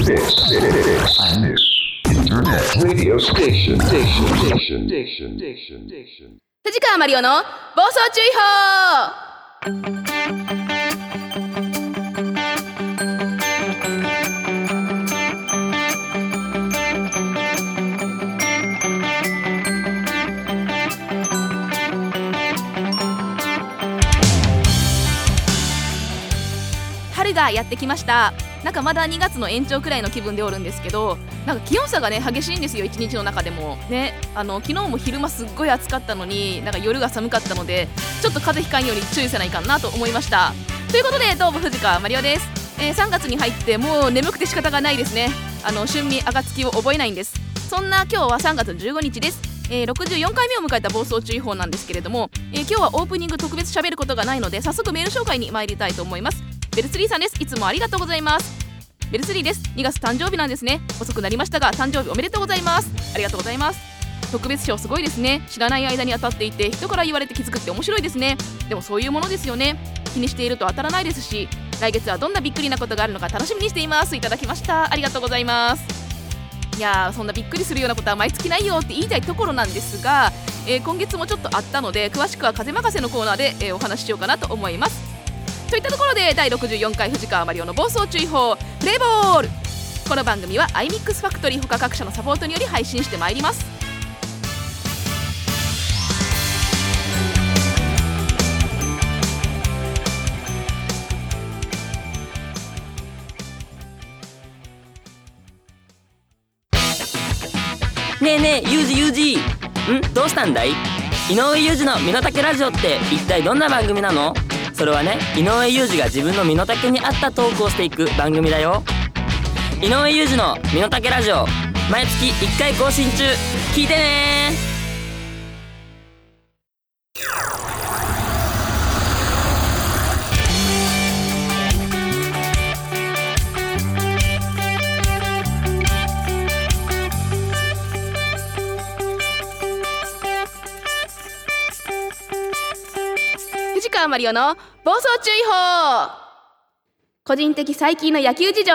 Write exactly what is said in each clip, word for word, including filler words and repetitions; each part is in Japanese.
Internet radio station. Station. Station. Station. Station. Station. 藤川マリオの暴走注意報。春がやってきました。なんかまだにがつの延長くらいの気分でおるんですけど、なんか気温差がね激しいんですよ。一日の中でもね、あの昨日も昼間すっごい暑かったのに、なんか夜が寒かったので、ちょっと風邪ひかんように注意せないかなと思いました。ということで、どうも藤川マリオです。えー、さんがつに入ってもう眠くて仕方がないですね。あの春眠暁を覚えないんです。そんな今日はさんがつじゅうごにちです。えー、ろくじゅうよんかいめを迎えた暴走注意報なんですけれども、えー、今日はオープニング特別喋ることがないので、早速メール紹介に参りたいと思います。ベルツリーさんです。いつもありがとうございます。ベルスリーです。にがつ誕生日なんですね。遅くなりましたが誕生日おめでとうございます。ありがとうございます。特別賞すごいですね。知らない間に当たっていて、人から言われて気づくって面白いですね。でもそういうものですよね。気にしていると当たらないですし、来月はどんなびっくりなことがあるのか楽しみにしています。いただきました。ありがとうございます。いやー、そんなびっくりするようなことは毎月ないよって言いたいところなんですが、えー、今月もちょっとあったので、詳しくは風任せのコーナーで、えー、お話ししようかなと思います。といったところで、だいろくじゅうよんかい藤川マリオの暴走注意報プレイボール。この番組は アイミックス ファクトリー他各社のサポートにより配信してまいります。 ねえねえ、ユージユージんどうしたんだい。井上裕二の身の丈ラジオって一体どんな番組なの？それはね、井上裕二が自分の身の丈に合ったトークをしていく番組だよ。井上裕二の身の丈ラジオ、毎月いっかい更新中。聞いてね。 藤川マリオの暴走注意報。個人的最近の野球事情。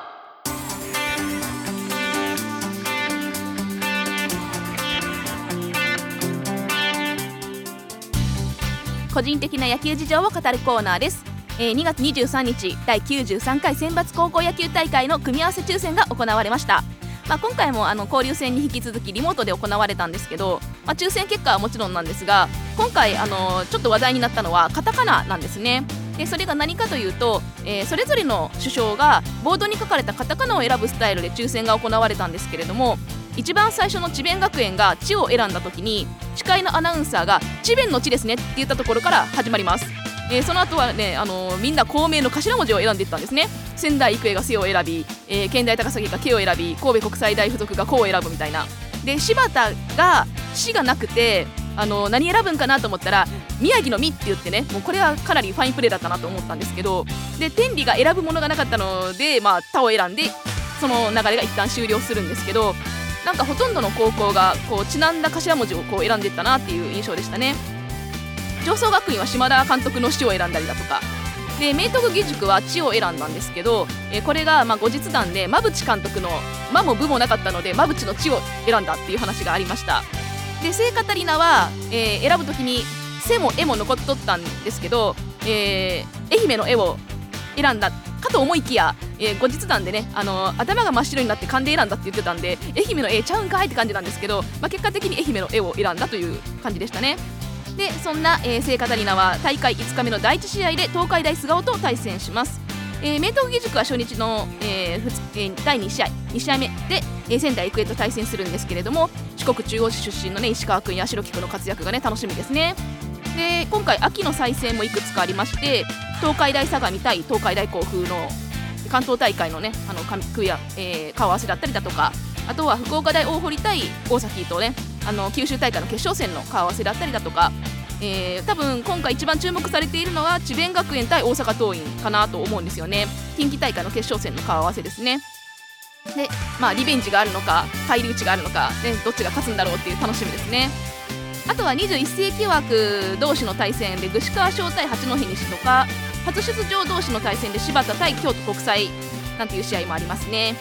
個人的な野球事情を語るコーナーです。えー、にがつにじゅうさんにちだいきゅうじゅうさんかい選抜高校野球大会の組み合わせ抽選が行われました。まあ、今回もあの交流戦に引き続きリモートで行われたんですけど、まあ、抽選結果はもちろんなんですが、今回あのちょっと話題になったのはカタカナなんですね。でそれが何かというと、えー、それぞれの主将がボードに書かれたカタカナを選ぶスタイルで抽選が行われたんですけれども、一番最初の智弁学園が地を選んだ時に、司会のアナウンサーが智弁の地ですねって言ったところから始まります。えー、その後はね、あのー、みんな校名の頭文字を選んでいったんですね。仙台育英が背を選び、えー、県大高崎がけを選び、神戸国際大付属がこを選ぶみたいな。で柴田が市がなくて、あのー、何選ぶんかなと思ったら宮城のみって言ってね、もうこれはかなりファインプレーだったなと思ったんですけど、で天理が選ぶものがなかったので、まあ他を選んでその流れが一旦終了するんですけど、なんかほとんどの高校がこうちなんだ頭文字をこう選んでいったなっていう印象でしたね。常総学院は島田監督の死を選んだりだとかで、明徳義塾は地を選んだんですけど、えー、これがまあ後日談で馬淵監督の馬も部もなかったので馬淵の地を選んだっていう話がありました。で聖カタリナは、えー、選ぶときに背も絵も残っとったんですけど、えー、愛媛の絵を選んだかと思いきや、えー、後日談でね、あのー、頭が真っ白になって勘で選んだって言ってたんで、愛媛の絵ちゃうんかいって感じなんですけど、まあ、結果的に愛媛の絵を選んだという感じでしたね。でそんな、えー、聖カタリナは大会いつかめのだいいち試合で東海大菅生と対戦します。えー、明徳義塾は初日の、えーふつえー、だいに試合に試合目で、えー、仙台育英と対戦するんですけれども、四国中央市出身の、ね、石川君や白木君の活躍が、ね、楽しみですね。で今回秋の再戦もいくつかありまして、東海大相模対東海大甲府の関東大会のね、あの組や、えー、顔合わせだったりだとか、あとは福岡大大堀対大崎とね、あの九州大会の決勝戦の顔合わせだったりだとか、えー、多分今回一番注目されているのは智弁学園対大阪桐蔭かなと思うんですよね。近畿大会の決勝戦の顔合わせですね。で、まあ、リベンジがあるのか返り討ちがあるのか、ね、どっちが勝つんだろうっていう楽しみですね。あとはにじゅういっ世紀枠同士の対戦で串川翔対八戸西とか、初出場同士の対戦で柴田対京都国際なんていう試合もありますね。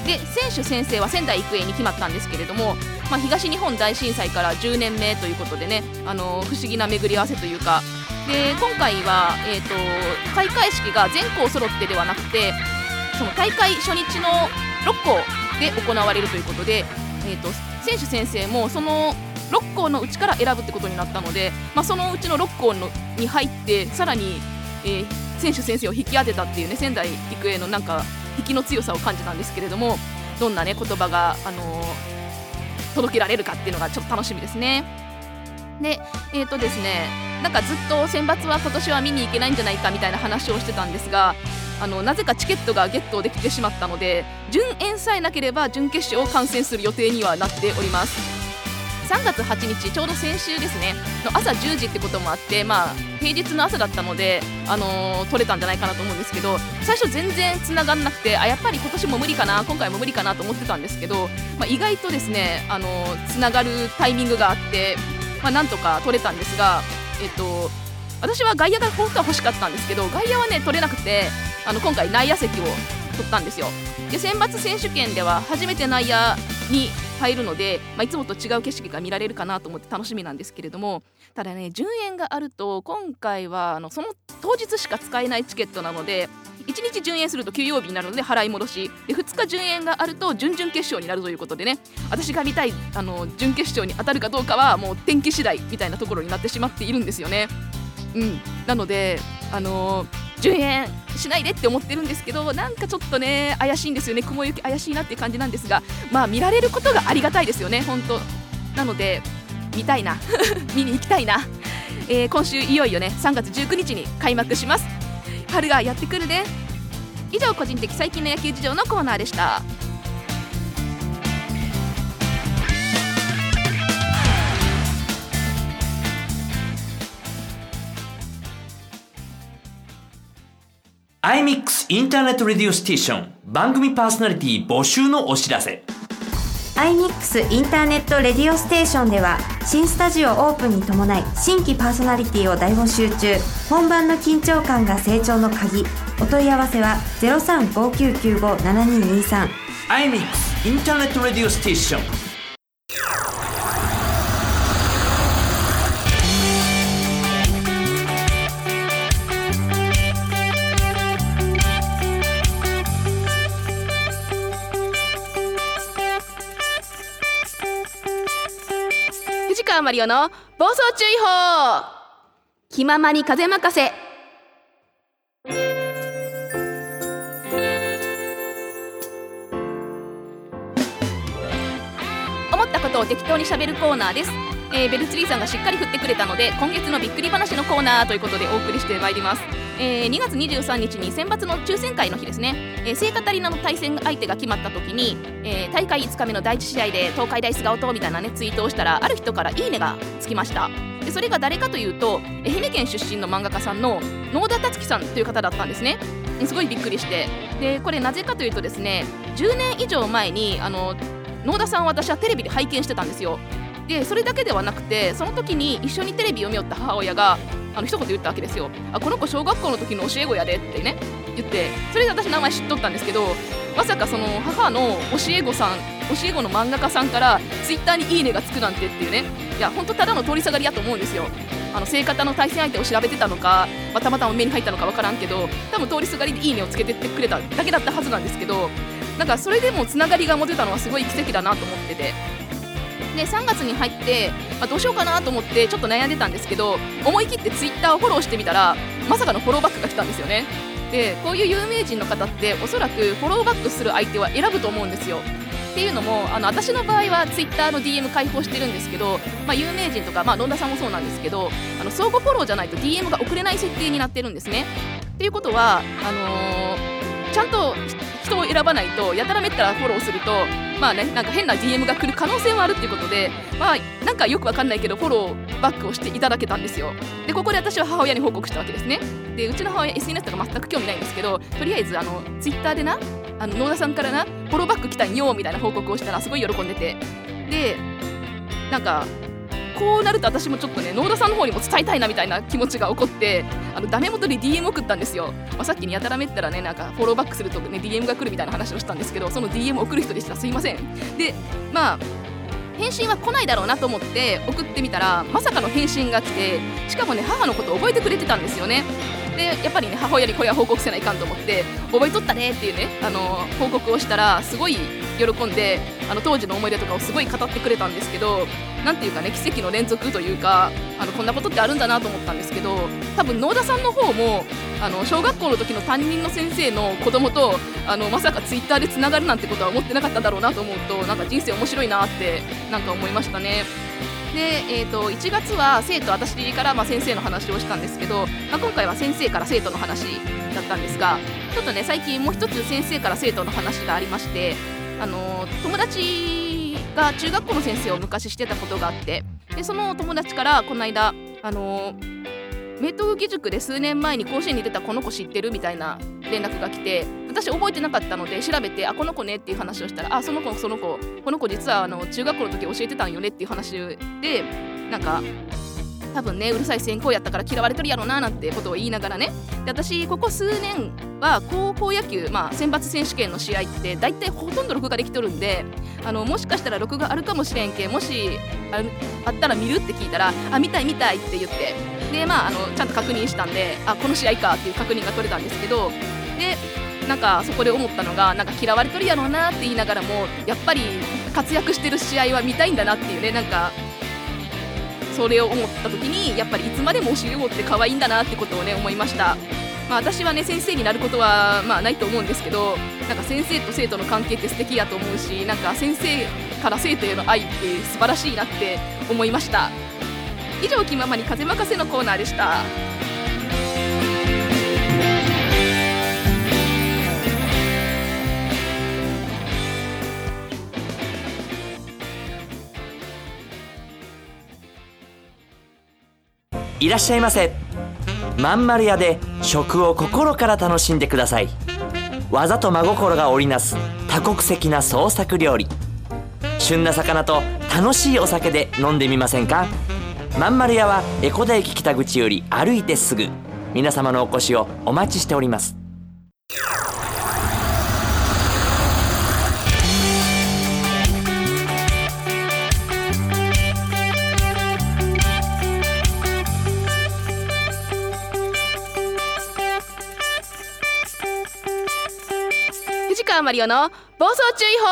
で選手宣誓は仙台育英に決まったんですけれども、まあ、東日本大震災からじゅうねんめということでね、あのー、不思議な巡り合わせというかで今回は、えーと、開会式が全校揃ってではなくてその大会初日のろっ校で行われるということで、えーと、選手宣誓もそのろっ校のうちから選ぶってことになったので、まあ、そのうちのろっ校のに入ってさらに、えー、選手宣誓を引き当てたっていうね仙台育英のなんか引きの強さを感じたんですけれども、どんなね言葉が、あのー、届けられるかっていうのがちょっと楽しみですね。で、えーとですね、なんかずっと選抜は今年は見に行けないんじゃないかみたいな話をしてたんですが、あのなぜかチケットがゲットできてしまったので順延さえなければ準決勝を観戦する予定にはなっております。さんがつはちにちちょうど先週ですねの朝じゅうじってこともあって、まあ、平日の朝だったので、あのー、取れたんじゃないかなと思うんですけど、最初全然繋がんなくてあやっぱり今年も無理かな今回も無理かなと思ってたんですけど、まあ、意外とですね、あのー、繋がるタイミングがあって、まあ、なんとか取れたんですが、えっと、私は外野が本当は欲しかったんですけど外野はね取れなくて、あの今回内野席を取ったんですよ。で選抜選手権では初めて内野に入るので、まあ、いつもと違う景色が見られるかなと思って楽しみなんですけれども、ただね順延があると今回はあのその当日しか使えないチケットなのでいちにち順延すると休養日になるので払い戻しでふつか順延があると準々決勝になるということでね、私が見たいあの準決勝に当たるかどうかはもう天気次第みたいなところになってしまっているんですよね。うん、なのであのー順延しないでって思ってるんですけど、なんかちょっとね怪しいんですよね。雲行き怪しいなっていう感じなんですが、まあ見られることがありがたいですよね本当なので見たいな見に行きたいな、えー、今週いよいよねさんがつじゅうくにちに開幕します。春がやってくるね。以上個人的最近の野球事情のコーナーでした。 アイミックス インターネットレディオステーション番組パーソナリティ募集のお知らせ。 アイミックス インターネットレディオステーションでは新スタジオオープンに伴い新規パーソナリティを大募集中。本番の緊張感が成長の鍵。お問い合わせは ゼロさん ごきゅうきゅうご ななににさん。 アイミックス インターネットレディオステーション。 藤川マリオの暴走注意報。気ままに風任せ。思ったことを適当に喋るコーナーです。えー、ベルツリーさんがしっかり振ってくれたので今月のびっくり話のコーナーということでお送りしてまいります。えー、にがつにじゅうさんにちに選抜の抽選会の日ですね、えー、聖カタリナの対戦相手が決まった時に、えー、大会いつかめのだいいち試合で東海大菅生みたいなねツイートをしたらある人からいいねがつきました。でそれが誰かというと愛媛県出身の漫画家さんの能田達樹さんという方だったんですね。すごいびっくりして、でこれなぜかというとですねじゅうねん以上前にあの能田さんを私はテレビで拝見してたんですよ。でそれだけではなくてその時に一緒にテレビを見よった母親があの一言言ったわけですよ。あこの子小学校の時の教え子やでってね言って、それで私名前知っとったんですけど、まさかその母の教え子さん教え子の漫画家さんからツイッターにいいねがつくなんてっていうね、いや本当ただの通りすがりやと思うんですよ。あの聖方の対戦相手を調べてたのか、まあ、たまたま目に入ったのか分からんけど多分通りすがりでいいねをつけてってくれただけだったはずなんですけど、なんかそれでもつながりが持てたのはすごい奇跡だなと思ってて、でさんがつに入って、まあ、どうしようかなと思ってちょっと悩んでたんですけど思い切ってツイッターをフォローしてみたらまさかのフォローバックが来たんですよね。でこういう有名人の方っておそらくフォローバックする相手は選ぶと思うんですよ。っていうのもあの私の場合はツイッターの ディーエム 開放してるんですけど、まあ、有名人とか、まあ、野田さんもそうなんですけどあの相互フォローじゃないと ディーエム が送れない設定になってるんですね。っていうことはあのー、ちゃんと人を選ばないとやたらめったらフォローするとまあねなんか変な ディーエム が来る可能性もあるっていうことで、まあなんかよくわかんないけどフォローバックをしていただけたんですよ。でここで私は母親に報告したわけですね。でうちの母親 エスエヌエス とか全く興味ないんですけどとりあえずあのツイッターでなあの野田さんからなフォローバック来たんよみたいな報告をしたらすごい喜んでて、でなんかこうなると私もちょっとね野田さんの方にも伝えたいなみたいな気持ちが起こって、あのダメ元で ディーエム 送ったんですよ。まあ、さっきにやたらめったらねなんかフォローバックするとね ディーエム が来るみたいな話をしたんですけど、その ディーエム 送る人でした。すいません。でまあ返信は来ないだろうなと思って送ってみたら、まさかの返信が来て、しかもね母のことを覚えてくれてたんですよね。でやっぱりね母親にこれは報告せないかんと思って覚えとったねっていうねあの報告をしたら、すごい喜んであの当時の思い出とかをすごい語ってくれたんですけど、なんていうかね奇跡の連続というか、あのこんなことってあるんだなと思ったんですけど、多分野田さんの方もあの小学校の時の担任の先生の子供とあのまさかツイッターでつながるなんてことは思ってなかっただろうなと思うと、なんか人生面白いなってなんか思いましたね。で、えー、といちがつは生徒私から、まあ、先生の話をしたんですけど、まあ、今回は先生から生徒の話だったんですが、ちょっとね最近もう一つ先生から生徒の話がありまして、あの友達が中学校の先生を昔してたことがあって、でその友達からこの間あの明徳義塾で数年前に甲子園に出たこの子知ってるみたいな連絡が来て、私覚えてなかったので調べて、あこの子ねっていう話をしたら、あその子その子この子実はあの中学校の時教えてたんよねっていう話で、なんか多分ねうるさい先行やったから嫌われとるやろななんてことを言いながらね、で私ここ数年は高校野球、まあ、選抜選手権の試合って大体ほとんど録画できとるんで、あのもしかしたら録画あるかもしれんけ、もし あ, あったら見るって聞いたら、あ見たい見たいって言って、でまああのちゃんと確認したんで、あこの試合かっていう確認が取れたんですけど、でなんかそこで思ったのが、なんか嫌われとるやろうなって言いながらもやっぱり活躍してる試合は見たいんだなっていうね、なんかそれを思った時にやっぱりいつまでも教え子って可愛いんだなってことをね思いました。まあ、私はね先生になることはまあないと思うんですけど、なんか先生と生徒の関係って素敵やと思うし、なんか先生から生徒への愛って素晴らしいなって思いました。以上気ままに風任せのコーナーでした。 いらっしゃいませ。まんまる屋で食を心から楽しんでください。技と真心が織りなす多国籍な創作料理、旬な魚と楽しいお酒で飲んでみませんか。まんまる屋は江古田駅北口より歩いてすぐ。皆様のお越しをお待ちしております。 藤川マリオの暴走注意報。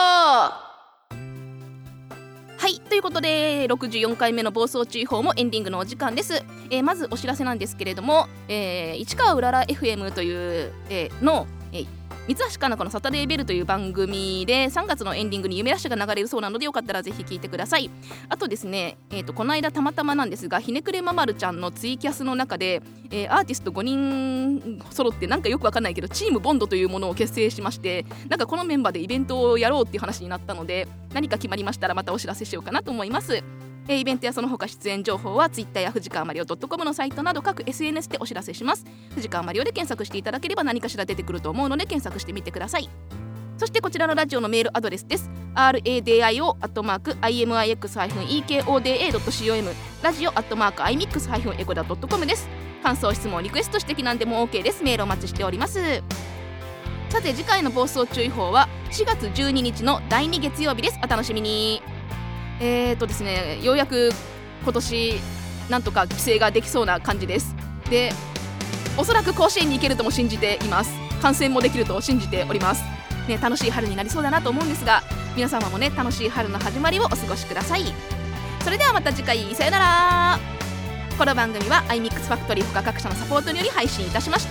はい、ということでろくじゅうよんかいめの暴走注意報もエンディングのお時間です。えー、まずお知らせなんですけれども、えー、市川うらら エフエム という、えー、の、えー三橋かな子のサタデーベルという番組でさんがつのエンディングに夢ラッシュが流れるそうなので、よかったらぜひ聞いてください。あとですね、えー、とこの間たまたまなんですが、ひねくれままるちゃんのツイキャスの中で、えー、アーティストごにん揃ってなんかよくわかんないけどチームボンドというものを結成しまして、なんかこのメンバーでイベントをやろうっていう話になったので、何か決まりましたらまたお知らせしようかなと思います。イベントやその他出演情報は Twitter や藤川マリオ .com のサイトなど各 エスエヌエス でお知らせします。藤川マリオで検索していただければ何かしら出てくると思うので検索してみてください。そしてこちらのラジオのメールアドレスです。 ラディオ アットマーク アイエムアイエックス エーケーオーディーエー ドット コム ラジオ アットマーク アイミックス エコダ ドット コム です。感想、質問、リクエスト、指摘なんでも OK です。メールお待ちしております。さて次回の暴走注意報はしがつじゅうににちのだいに月曜日です。お楽しみに。えーとですねようやく今年なんとか規制ができそうな感じです。でおそらく甲子園に行けるとも信じています。観戦もできると信じております、ね、楽しい春になりそうだなと思うんですが、皆様もね楽しい春の始まりをお過ごしください。それではまた次回、さよなら。この番組は アイミックス ファクトリー他各社のサポートにより配信いたしました。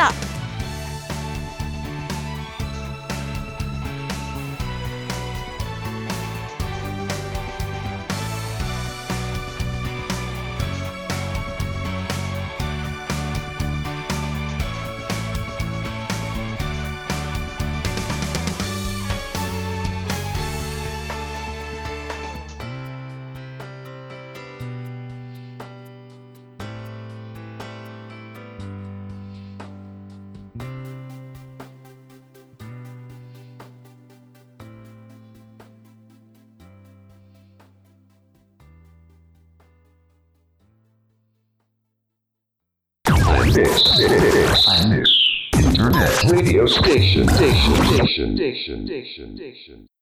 Internet radio station. Station. Station. Station. Station. Station.